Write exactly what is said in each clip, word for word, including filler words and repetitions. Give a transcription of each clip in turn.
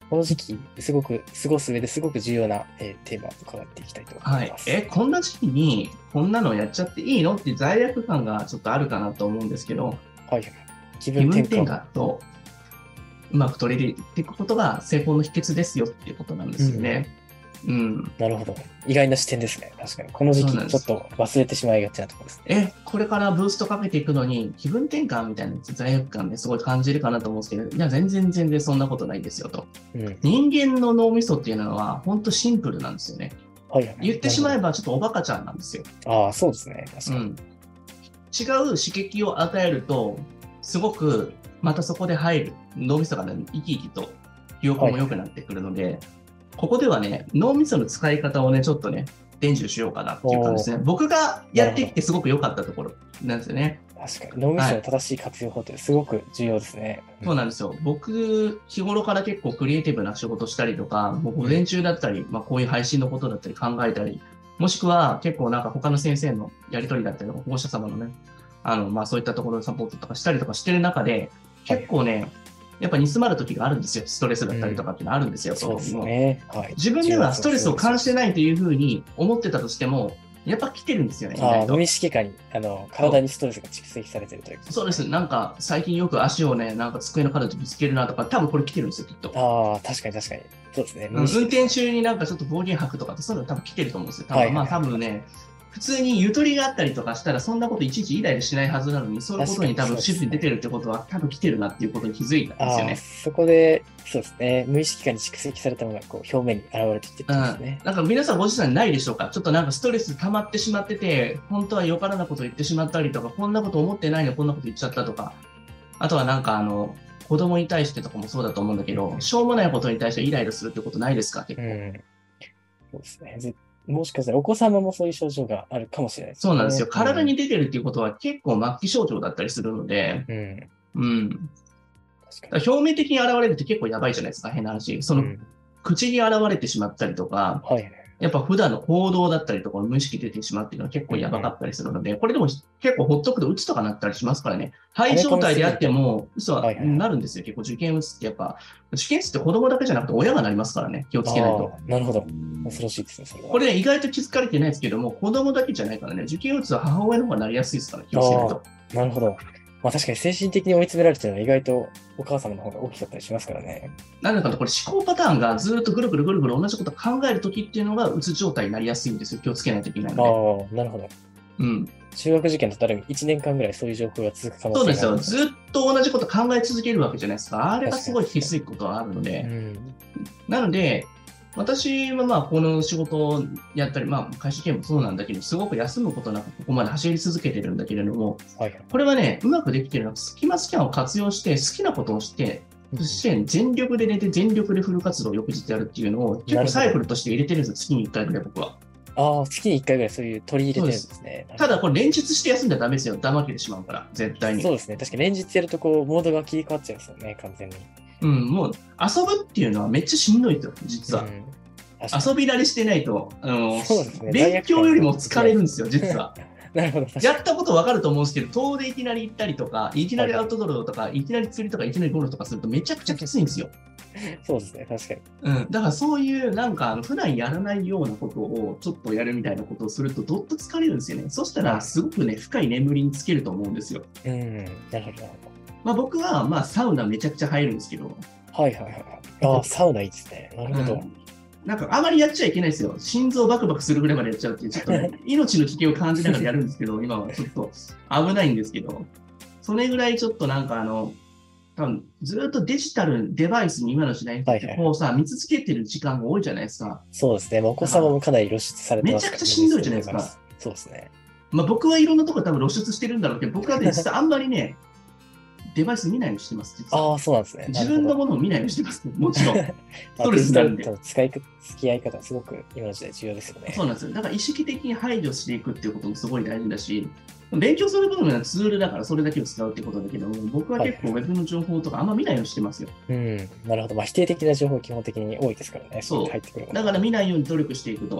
この時期、すごく、過ごす上ですごく重要な、えーテーマを伺っていきたいと思はい。 います。 え、こんな時期にこんなのやっちゃっていいのっていう罪悪感がちょっとあるかなと思うんですけど、 はいはい。気気分転分転換を。 換とうまく取り入れていくことが成功の秘訣ですよっていうことなんでうん。 すよね。うん。 なるほど。意外な視点ですね。確かに。この時期、 そうなんです。 ちょっと忘れてしまいがちなところですね。 え、これからブーストかけていくのに気分転換みたいな罪悪感ね、すごい感じるかなと思うんですけど、いや、全然全然そんなことないですよと。 うん。 人間の脳みそっていうのは本当シンプルなんですよね。 はいはい。 言ってなるほど。 しまえばちょっとおバカちゃんなんですよ。 ああ、そうですね。確かに。 うん。違う刺激を与えると、すごくまたそこで入る脳みそが、ね、生き生きと記憶もはいはい。 良くなってくるので、ここではね、脳みその使い方をね、ちょっとね、伝授しようかなっていう感じおー、 ですね。僕がやってきなるほど。 てすごく良かったところなんですよね。 確かに。脳みそのはい。 正しい活用法ってすごく重要ですね。うん。 そうなんですよ。僕、日頃から結構クリエイティブな仕事したりとか、もう午うん。 前中だったり、まあ、こういう配信のことだったり考えたり、もしくは結構なんか他の先生のやり取りだったりとか、保護者様のね、あの、まあそういったところでサポートとかしたりとかしてる中で、 はいはい。 結構ね、やっぱ煮詰まる時があるんですよ。ストレスだったりとうん。 かっていうのはあるんですよ、そそうでの時も。 すよね。はい。 自分で重圧もすはストレスをごいでしょうし。 感じてないというふうに思ってたとしても、やっぱ来てるんですよね、意ああ、無意外と。 識化に、あの、体にそう。 ストレスが蓄積されているということですね。 そうです。なんか、最近よく足をね、なんか机の角でぶつけるなとか、多分これ来てるんですよ、きっと。 ああ、確かに確かに。そうですね。無意うん、運識ですね。 転中になんかちょっと暴言吐くとかって、そういうの多分来てると思うんですよ。多分、まあはいはいはい。 多分ね、普通にゆとりがあったりとかしたら、そんなこといちいちイライラしないはずなのに、そういうこ確かにとに多分そうですね。 シフトに出てるってことは、多分来てるなっていうことに気づいたんですよああ、 ね。 そこで、そうですね。無意識化に蓄積されたものがこう表面に現れてきてるっうん。 てことですね。 なんか皆さんご自身ないでしょうか？ちょっとなんかストレス溜まってしまってて、本当はよからなこと言ってしまったりとか、こんなこと思ってないのにこんなこと言っちゃったとか、あとはなんかあの、子供に対してとかもそうだと思うんだけど、しょうもないことに対してイライラするってことないですか？結構。 うん。そうですね。ぜもしかしたらお子様もそういう症状があるかもしれないですよね。 そうなんですよ。 うん。 体に出てるっていうことは結構末期症状だったりするので、 うん。 うん。 確かに。 だから表面的に現れるって結構やばいじゃないですか、変な話。その、 うん。 口に現れてしまったりとか、 はいはい。 やっぱ普段の行動だったりとか無意識出てしまうっていうのは結うんうん。 構やばかったりするので、これでも結構ほっとくと鬱とかなったりしますからね。肺溜め込み状態であすぎると。 っても嘘ははいはいはい。 なるんですよ。結構受験鬱ってやっぱ、受験鬱って子供だけじゃなくて親がなりますからね。気をつけないと。 ああ、なるほど。恐ろしいですね、それは。 これね、意外と気づかれてないですけども、子供だけじゃないからね、受験鬱は母親の方がなりやすいですから、気をつけないああ、 と。 なるほど。まあ確かに精神的に追い詰められてるのは意外とお母様の方が大きかったりしますからね。 なんだかとこれ思考パターンがずっとぐるぐるぐるぐる同じこと考えるときっていうのがうつ状態になりやすいんですよ。気をつけないといけないので。 ああ、なるほど。 うん。 中学受験だとある意味いちねんかんぐらいそういう状況が続く可能性そうですよ。 があるってことです。 ずっと同じこと考え続けるわけじゃないですか。あれが確かすごいきつに確かに。 いことはあるので。 うん。 なので、私はまあこの仕事をやったり、まあ会社経営もそうなんだけど、すごく休むことなくここまで走り続けてるんだけれども、 はいはい。 これはね、うまくできてるのは、スキマスキャンを活用して、好きなことをして、そして全力で寝て、全力でフル活動を翌日やるっていうのを、結構なるほど。 サイクルとして入れてるんですよ、月にいっかいぐらい僕は。 ああ、月にいっかいぐらいそういう取り入れてそうです。 るんですね。なるほど。 ただ、これ連日して休んじゃダメですよ。怠けてしまうから、絶対に。 そうですね。確かに連日やるとこう、モードが切り替わっちゃいますよね、完全に。 うん、もう、遊ぶっていうのはめっちゃしんどいですよ、実は。 うん。確かに。 遊び慣れしてないと、あの、 そうですね。罪勉悪感が強よりもできないです。 疲れるんですよ、実は。 なるほど、確かに。 やったことわかると思うんですけど、遠出いきなり行ったりとか、いきなりアウトはいはい。 ドアとか、いきなり釣りとか、いきなりゴルフとかするとめちゃくちゃきついんですよ。 そうですね、確かに。 うん、だからそういうなんかあの普段やらないようなことをちょっとやるみたいなことをするとどっと疲れるんですよね。そしたらはい。 すごくね、深い眠りにつけると思うんですよ。 うん、なるほど、なるほまあ僕はまあサウナめちゃくちゃ入るんですけど、 ど。はいはいはいはい。ああ、サウナいいですね。なるほど。 うん。なんかあまりやっちゃいけないですよ。心臓バクバクするぐらいまでやっちゃうっていう、ちょっとね、命の危険を感じながらやるんですけど、今はちょっと危ないんですけど、それぐらいちょっとなんかあの、多分ずっとデジタルデバイスに今の時代にはいはいはい。 こうさ、見続けてる時間が多いじゃないですか。 そうですね。まあお子だから様もかなり露出されてめちゃますからね、 くちゃしんどいデジタじゃないですか。 ルデバイス。そうですね。 まあ、僕はいろんなところ多分露出してるんだろうけど、僕はね、実はあんまりね、デバイス見ないようにしてます、実は。 ああ、そうなんですね。な自るほど。 分のものを見ないようにしてます。もちろん。スまあ、 トレデジタルスになるんで。 との使いか、付き合い方はすごく今の時代重要ですよね。 そうなんですよ。だから意識的に排除していくっていうこともすごい大事だし、勉強する部分はツールだからそれだけを使うってことだけども、僕ははいはい。 結構ウェブの情報とかあんま見ないようにしてますよ。 うん、なるほど。まあ、否定的な情報基本的に多いですからね。そういうそ入ってくるもう。 のは。 だから見ないように努力していくと。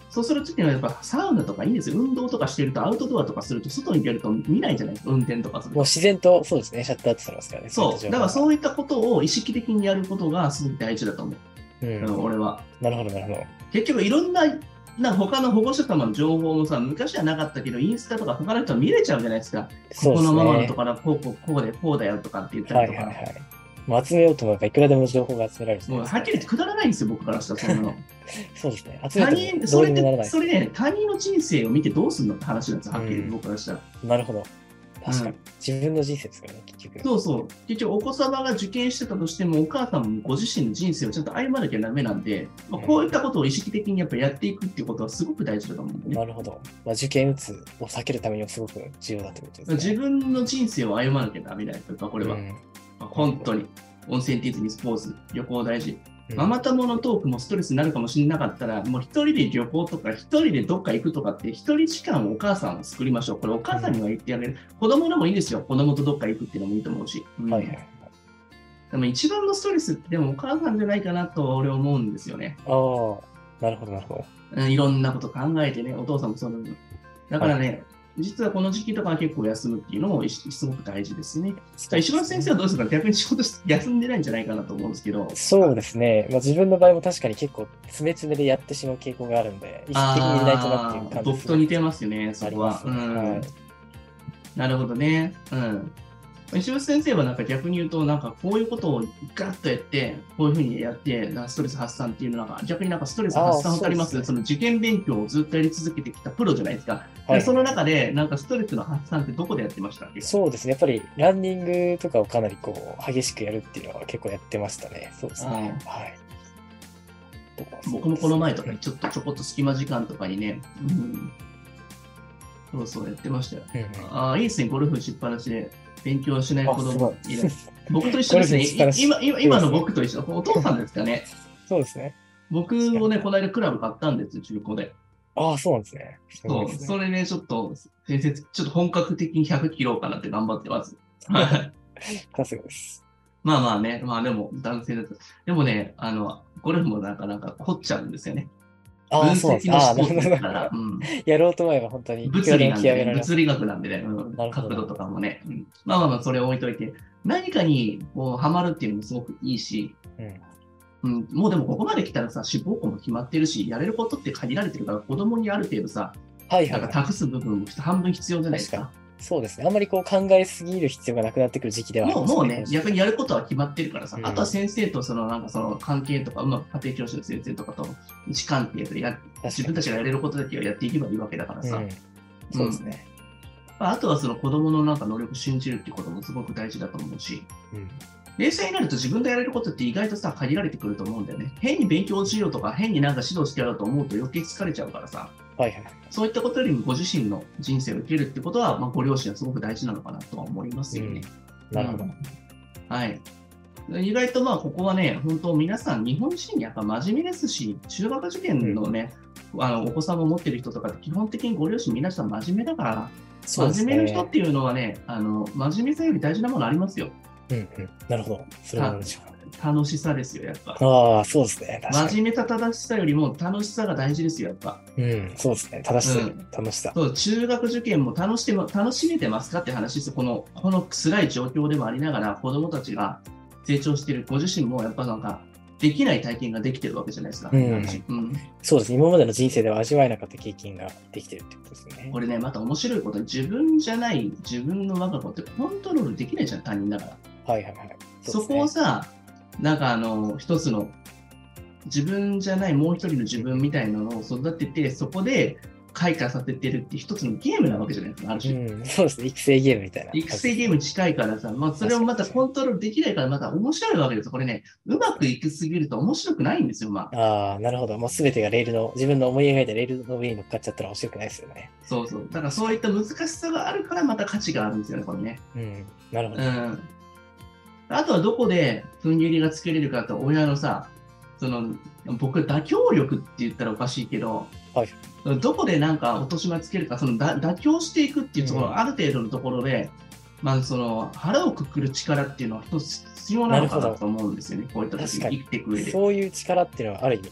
そうするときにはやっぱサウナとかいいんですよ。運動とかしてると、アウトドアとかすると、外に出ると見ないじゃないですか。運転とかすると。 もう自然と、そうですね、シャットアウトされますからね。 そう。だからうそういったことを意識的にやることがすごく大事だと思う。 いった情報が。うん。 うん、俺は。 なるほど、なるほど。 結局いろんな、なんか他の保護者様の情報もさ、昔はなかったけど、インスタとか他の人は見れちゃうじゃないですか。 そうですね。 ここのママのとかこうこうこうでこうだよとかって言ったりとか。 はいはいはい。もう集めようと思えばいくらでも情報が集められるじゃもないですか。 うはっきり言ってくだらないんですよ、僕からしたらそんなの。 そうですね。集め他ても人、それって、 どうにもならない。 それね、他人の人生を見てどうするのって話なんですよ、はっきり言ってうん僕からしたら。 なるほど。確かに。 うん自分の人生ですからね、結局。 そうそう。結局、お子様が受験してたとしても、お母さんもご自身の人生をちゃんと歩まなきゃダメなんで、まあ、こういったことを意識的にやっぱやっていくっていうことはすごく大事だと思うんでね。 なるほど。まあ、受験うつを避けるためにもすごく重要だということですね。 自分の人生を歩まなきゃダメだよ、これは。 うんまあ本当に。温泉ディズニー、スポーツ、旅行大事。 うんママ友のトークもストレスになるかもしれなかったら、もう一人で旅行とか、一人でどっか行くとかって、一人時間をお母さんを作りましょう。これお母さんには言ってあげる。子供でもいいですよ。子供とどっか行くっていうのもいいと思うし。うんはいはい。 でも一番のストレスってでもお母さんじゃないかなと俺は思うんですよね。 ああ、なるほどなるほど。 うんいろんなこと考えてね、お父さんもそうなの。だからね、実はこの時期とかは結構休むっていうのもすごく大事ですね。石橋先生はどうですか逆に仕事休んでないんじゃないかなと思うんですけど。 そうですね。まあ、自分の場合も確かに結構詰め詰めでやってしまう傾向があるんで、意識的に入れないとなっていう感じ僕と似てますよね、そこは。 ありますねうんはいなるほどね。うん。石橋先生はなんか逆に言うと、なんかこういうことをガッとやって、こういうふうにやって、なんかストレス発散っていうのが、逆になんかストレス発散わかりますあーそうですねその受験勉強をずっとやり続けてきたプロじゃないですか。 はいでその中で、なんかストレスの発散ってどこでやってましたっけそうですね。やっぱりランニングとかをかなりこう激しくやるっていうのは結構やってましたね。そうですね。はい。 僕もこの前とかにちょっとちょこっと隙間時間とかにね、うん、そうそうやってましたよ。 うんうんああ、いいですね、ゴルフしっぱなしで勉強しない子あす供ごいいない。僕と一緒ですね。 ゴルフしっぱなし今今今の僕と一緒。お父さんですかね。 そうですね。 僕もね、この間クラブ買ったんですよ、中古で。 ああ、そうなんですね。すごそ、 いうですねそれね、ちょっと、先生、ちょっと本格的にひゃくキロかなって頑張ってます。はいさすがです。 まあまあね、まあでも男性だと。でもね、あの、ゴルフもなんかなんか凝っちゃうんですよね。分ああ、そうなんです。 析のああ、なスポーツるほど。 だから、うん。 やろうと思えば本当にいく物らでも理なんでね、 極められます。 物理学なんでね、うん、 なるほど角度とかもね、うんまあまあまあ、それを置いといて、何かにこうハマるっていうのもすごくいいし、 うん。 うん、もうでもここまで来たらさ、志望校も決まってるし、やれることって限られてるから、子供にある程度さ、 はいはい、はい。 なんか託す部分も半分必要じゃないですか。 そうですね。あんまりこう考えすぎる必要がなくなってくる時期ではありますもうもうね、逆に。 にやることは決まってるからさ、 うんあとは先生とそのなんかその関係とか、うまく家庭教師の先生とかと位置関係でや自分たちがやれることだけをやっていけばいいわけだからさ、 うん。そうですね。 まあ、あとはその子供のなんか能力を信じるっていうこともすごく大事だと思うし、 うん。 冷静になると自分でやれることって意外とさ、限られてくると思うんだよね。変に勉強しようとか、変になんか指導してやろうと思うと余計疲れちゃうからさ、 はいはい。 そういったことよりもご自身の人生を生きるってことは、まあ、ご両親はすごく大事なのかなとは思いますよね。 なるほど。 うんはい。意外とまあここはね、本当皆さん日本人やっぱ真面目ですし、中学受験のね、あのお子さんを持ってる人とかって基本的にご両親皆さん真面目だから、 そうです真面目な人っね。 ていうのはね、あの真面目さより大事なものありますよ。 うんうん。なるほど。それは何でしょ楽しさですよ、やっぱ。 う。ああ、そうですね。確かに。 真面目さ正しさよりも楽しさが大事ですよ、やっぱ。 うん、そうですね。正しさ、 うん楽しさ。 そう中学受験も楽しても楽しめてますかって話ですよ。このこの辛い状況でもありながら、子供たちが成長している、ご自身もやっぱなんか、できない体験ができてるわけじゃないですか。 うんうんそうですね。今までの人生では味わえなかった経験ができてるってことですよね。 これね、また面白いことに、自分じゃない自分の我が子ってコントロールできないじゃん、他人だから。 はいはいはい。 そこをさ、なんかあの、一つの自分じゃないもう一人の自分みたいなのを育てて、そこで開花させてるって一つのゲームなわけじゃないですか、ある種。 うん、そうですね。育成ゲームみたいな。 育成ゲームに近いからさ、まあ、それをまたコントロールできないからまた面白いわけですよ。これね、うまくいきすぎると面白くないんですよ、まあ。 ああ、なるほど。もうすべてがレールの、自分の思い描いたレールの上に乗っかっちゃったら面白くないですよね。 そうそう。だからそういった難しさがあるからまた価値があるんですよね、これね。 うん、なるほど。 うん。あとはどこで踏ん切りがつけれるかと、親のさ、その、僕、妥協力って言ったらおかしいけど、 はいどこでなんか落とし前つけるか、そのだ妥協していくっていうところ、 うんある程度のところで、まあ、その腹をくくる力っていうのは一つ必要なのかななるほどと思うんですよね、こういった時に確かに生きていく上で。 そういう力っていうのはある意味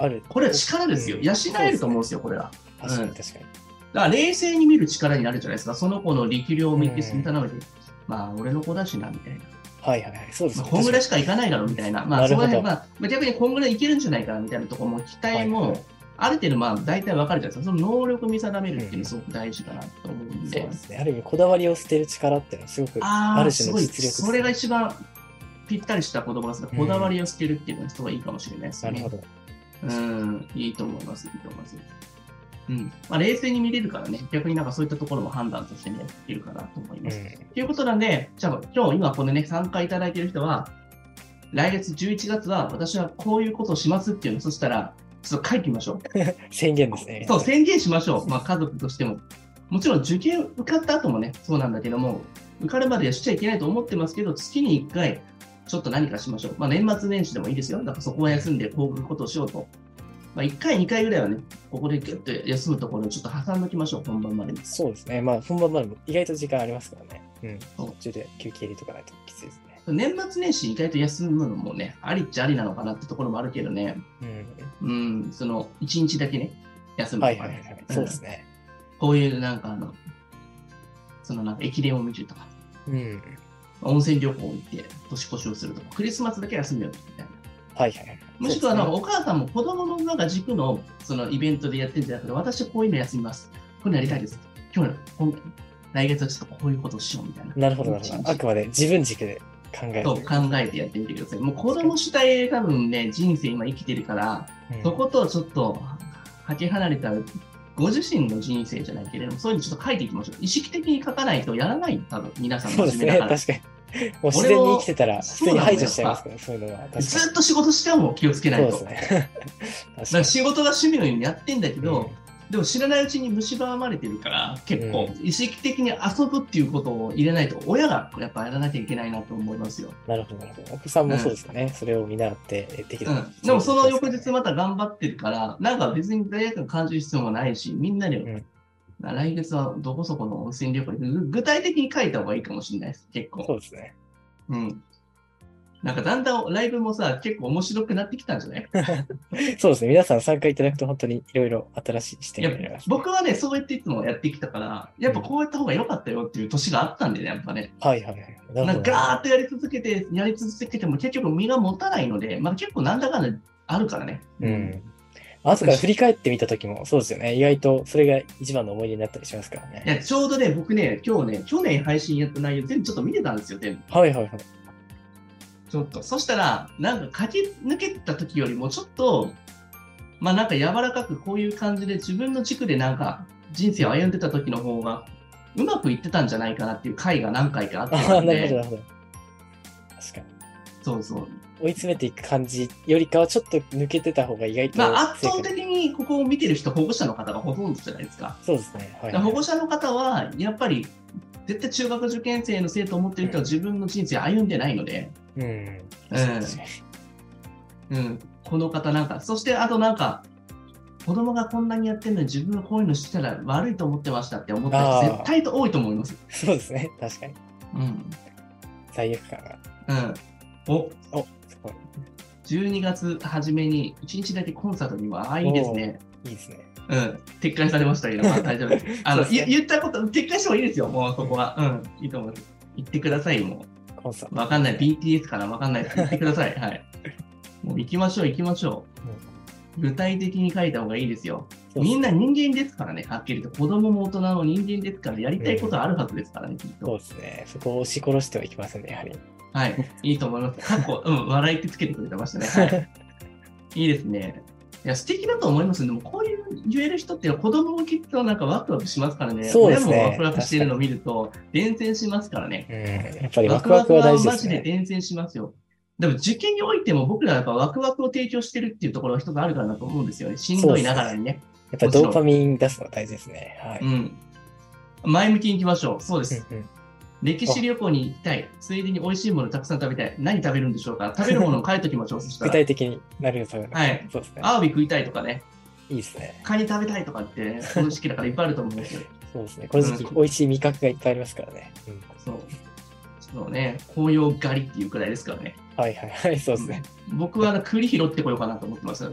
ある。 これは力ですよ。 うん養えると思うんですよ、これは。 確かうんに確かに。 だから冷静に見る力になるじゃないですか。その子の力量を見て、 うん見たなめて、まあ、俺の子だしな、みたいな。 はいはいはい。そうですまあ、 ね。 こんぐらい確しかいかないだろうみたいな。まあ、 なるほどそこら辺、まあ、まあ逆にこんぐらいいけるんじゃないかなみたいなところも、期待も、 はいはいある程度、まあ、大体わかるじゃないですか。その能力を見定めるっていうのはすごく大事かなと思うんかに。 で。 そうですね。ある意味、こだわりを捨てる力っていうのはすごく、 ああ、 あるすごい。 種の実力ですねそれが一番ぴったりした言葉ですが、 うんこだわりを捨てるっていうのはすごいいいかもしれないですね。 なるほど。 うん、いいと思います。いいと思います。うん。まあ、冷静に見れるからね、逆になんかそういったところも判断としてね、できるかなと思います。 うんということなんで、じゃあ今日今このね、参加いただいている人は、来月じゅういちがつは私はこういうことをしますっていうのを、そしたら、ちょっと書いてみましょう。 宣言ですね。 そう、宣言しましょう。まあ、家族としても。もちろん受験受かった後もね、そうなんだけども、受かるまではしちゃいけないと思ってますけど、月にいっかい、ちょっと何かしましょう。まあ、年末年始でもいいですよ。だからそこは休んで、こういうことをしようと。まあ、いっかい、にかいぐらいはね、ここでギュッと休むところをちょっと挟んでおきましょう、本番までに。 そうですね。まあ、本番までも意外と時間ありますからね。うん。 そう途中で休憩入れとかないときついですね。 年末年始意外と休むのもね、ありっちゃありなのかなってところもあるけどね、 うん。 うん、そのいちにちだけね、休むとかね、 はいはいはい。そうですね。 こういうなんかあの、そのなんか駅伝を見るとか、 うん。 温泉旅行行って年越しをするとか、クリスマスだけ休むよみたいな。 はいはいはい。 もしくはなんかそうお母さんも子供のなんか軸のそのイベントでやってるんじゃなくて、私はこういうの休みます。こういうのやりたいです。今日の今来月はちょっとこういうことをしようみたいな。 ですねなるほどなるほど。あくまで自分軸で考える。 と考えてやってみてください。もう子供主体で多分ね、人生今生きてるから、 うんそことちょっとかけ離れたご自身の人生じゃないけれども、そういうのちょっと書いていきましょう。意識的に書かないとやらない、多分皆さんそうですね。 真面目だから。 確かに。もう自然に生きてたら、普通に排除しちゃいますそから、そういうのは。確かに。 ずっと仕事しても気をつけないと。 そうですね。 だから仕事が趣味のようにやってんだけど、 うんでも知らないうちに蝕まれてるから、結構う意識的に遊ぶっていうことを入れないと、親がやっぱやらなきゃいけないなと思いますよ。 なるほど、なるほど。お子さんもそうですよね。それを見習ってできる。 うん、でもその翌日また頑張ってるから、なんか別に罪悪感感じる必要もないし、みんなで、 うん来月はどこそこの温泉旅行で、ぐ具体的に書いた方がいいかもしれないです、結構。 そうですね。 うん。なんかだんだんライブもさ、結構面白くなってきたんじゃないそうですね。皆さん参加いただくと本当にいろいろ新しい視いや点が見れます、 僕はね、そうやっていつもやってきたから、やっぱこうやった方が良かったよっていう年があったんでね、やっぱね。 はいはいはい。ななんるほど。 かガーッとやり続けて、やり続けても結局身が持たないので、まあ結構なんだかんだあるからね。 うん。後から振り返ってみたときもそうですよね。意外とそれが一番の思い出になったりしますからね。 いや、ちょうどね、僕ね、今日ね、去年配信やった内容全部ちょっと見てたんですよ、全部。 はいはいはい。 ちょっと。そしたら、なんか書き抜けた時よりもちょっと、まあなんか柔らかくこういう感じで自分の軸でなんか人生を歩んでた時の方がうまくいってたんじゃないかなっていう回が何回かあってああ、 たんなるほどなで、 るほど。確かに。 そうそう。 追い詰めていく感じよりかはちょっと抜けてた方が意外とまあ圧正解。 倒的にここを見てる人、保護者の方がほとんどじゃないですか。 そうですね。はい、 だから保護者の方は、やっぱり絶対中学受験生の生徒を持ってる人は自分の人生歩んでないので、 うん。 確かにうん、この方なんか、そしてあとなんか、子供がこんなにやってるのに自分はこういうのしてたら悪いと思ってましたって思った人絶対と多いと思います。 そうですね。確かに。 うん。 罪悪感が。 うん。お、 お、すごい。 じゅうにがつ初めにいちにちだけコンサートには、ああ、いいですね。 いいですね。 うん。撤回されましたけど、まあ大丈夫です。あの、 そうですね言ったこと、撤回してもいいですよ、もうそこは。うん。いいと思います。言ってください、もコンサート。 う。わかんない。ビーティーエス かなわかんないです。言ってください。はい。もう行きましょう、行きましょう。具体的に書いた方がいいですよ。 そうですねみんな人間ですからね、はっきりと。子供も大人も人間ですから、やりたいことあるはずですからね、きっと。 そうですね。そこを押し殺してはいけませんね、やはり。 はい。いいと思います。過去、うん、笑いってつけてくれてましたね。はい。いいですね。いや、素敵だと思います。でも、こういう言える人っていうのは子供もきっとなんかワクワクしますからね。 そうですね親もワクワクしてるのを見ると、伝染しますからね。 うん。やっぱりワクワクは大事マですね。 ジで伝染しますよ。でも受験においても僕らはやっぱワクワクを提供してるっていうところが一つあるかなと思うんですよね。しんどいながらにね。 やっぱりドーパミン出すのが大事ですね。はい。 うん。前向きに行きましょう。そうです。 うんうん歴史旅行に行きたい。ついでに美味しいものたくさん食べたい。何食べるんでしょうか。食べるものを書いときましょう。そした具ら。 体的になるための。 はいそうですね。 アワビ食いたいとかね。 いいですね。 カニ食べたいとかって、この時期だからいっぱいあると思うんですよ。 そうですね。この時期、美味しい味覚がいっぱいありますからね。うん、 そう。そうね。紅葉狩りっていうくらいですからね。 はいはいはい。そうですね。 僕は栗拾ってこようかなと思ってます。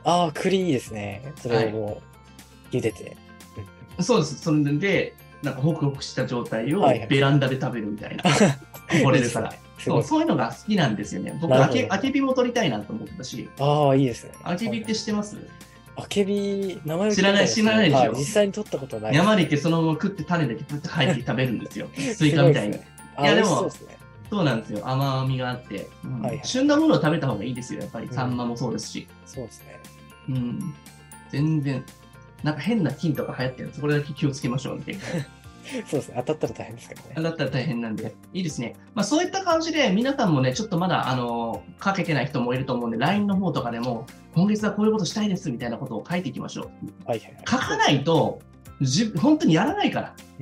ああ、栗いいですね。それをもう、茹でて。 うん、そうです。それで、なんかホクホクした状態をはいはいベランダで食べるみたいな。こぼれるから。 いいですね、 そう、そういうのが好きなんですよね。僕、あけ、あけびも取りたいなと思ってたし。 ああ、いいですね。 あけびって知ってます？ あけび、名前を聞い知らない、知らないでしょ。はい、 実際に取ったことない。 山で行ってそのまま食って種だけプッと入って食べるんですよ。スイカみたいに。いや、でも、そうなんですよ。甘みがあって、うんはいはい、旬なものを食べた方がいいですよ。やっぱり、サンマもそうですし。 うん、そうですね。 うん。全然、なんか変な菌とか流行ってるんです。これだけ気をつけましょうね。 そうですね。当たったら大変ですからね。 当たったら大変なんで、いいですね。まあそういった感じで、皆さんもね、ちょっとまだ、あの、かけてない人もいると思うんで、ライン の方とかでも、今月はこういうことしたいですみたいなことを書いていきましょう。 はいはいはい、 書かないと、じ本当にやらないから。 うん。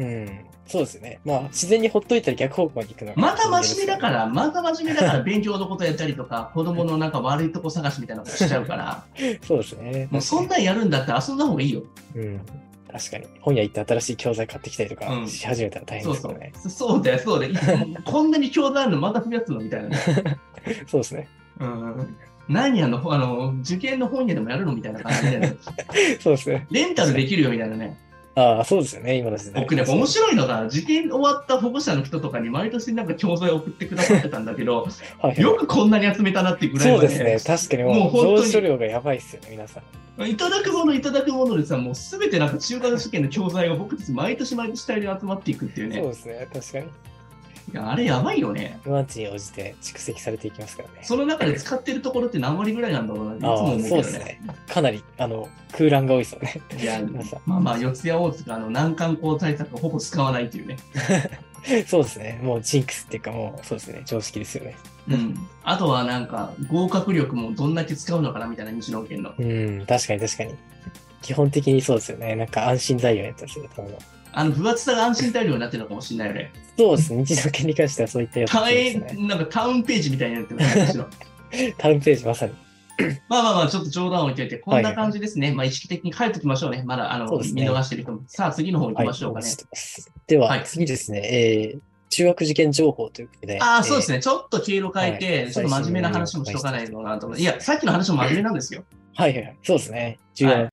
そうですね。まあ、自然にほっといたら逆方向に行くのが、 また真面目だから、また真面目だから勉強のことやったりとか、子供のなんか悪いとこ探しみたいなことしちゃうから。 そうですね。 もうそんなんやるんだったら遊んだ方がいいよ。 うん。確かに。本屋行って新しい教材買ってきたりとかし始めたら大変ですからね。 うん、そうそう。そうだよ、そうだよ。こんなに教材あるのまた増やすのみたいな、ね。 そうですね。 うん。何やの、あの、受験の本屋でもやるのみたいな感じで、ね。 そうですね。 レンタルできるよみたいなね。 ああ、そうですよね、今の時代。 僕ね、面白いのが、受験終わった保護者の人とかに毎年なんか教材を送ってくださってたんだけど、はい、はい、よくこんなに集めたなっていうぐらい、 ね、そうですね、確かにもう、もう蔵書量がやばいっすよね、皆さん。 いただくもの、いただくものでさ、もうすべてなんか中学試験の教材が僕たち毎年毎年大量に集まっていくっていうね。 そうですね、確かに。 いや、あれやばいよね。 不安値に応じて蓄積されていきますからね。 その中で使ってるところって何割ぐらいなんだろうなっていつも思うけどね。 そうですね。かなり、あの、空欄が多いですよね。 いや、まあまあ、四谷大塚の難関校対策をほぼ使わないっていうね。 そうですね。もうジンクスっていうか、もうそうですね。常識ですよね。 うん。あとはなんか、合格力もどんだけ使うのかなみたいな、日農研の。 うん、確かに確かに。基本的にそうですよね。なんか安心材料のやつですよ、多分。 あの、分厚さが安心材料になってるのかもしれないよね。 そうですね。日農研に関してはそういったやつですね。 なんかタウンページみたいになってるタウンページ、まさに。 まあまあまあ、ちょっと冗談を置いといて、こんな感じですね。はいはい、まあ意識的に書いておきましょうね。まだ、あの、ね、見逃してる人も。さあ、次の方行きましょうかね。はい、 では、はい、次ですね。えー、中学受験情報ということで。 ああ、そうですね。ちょっと経路変えて、はい、ちょっと真面目な話もしとかないとなと思う。いや、さっきの話も真面目なんですよ。 はいはいはい。そうですね。重要な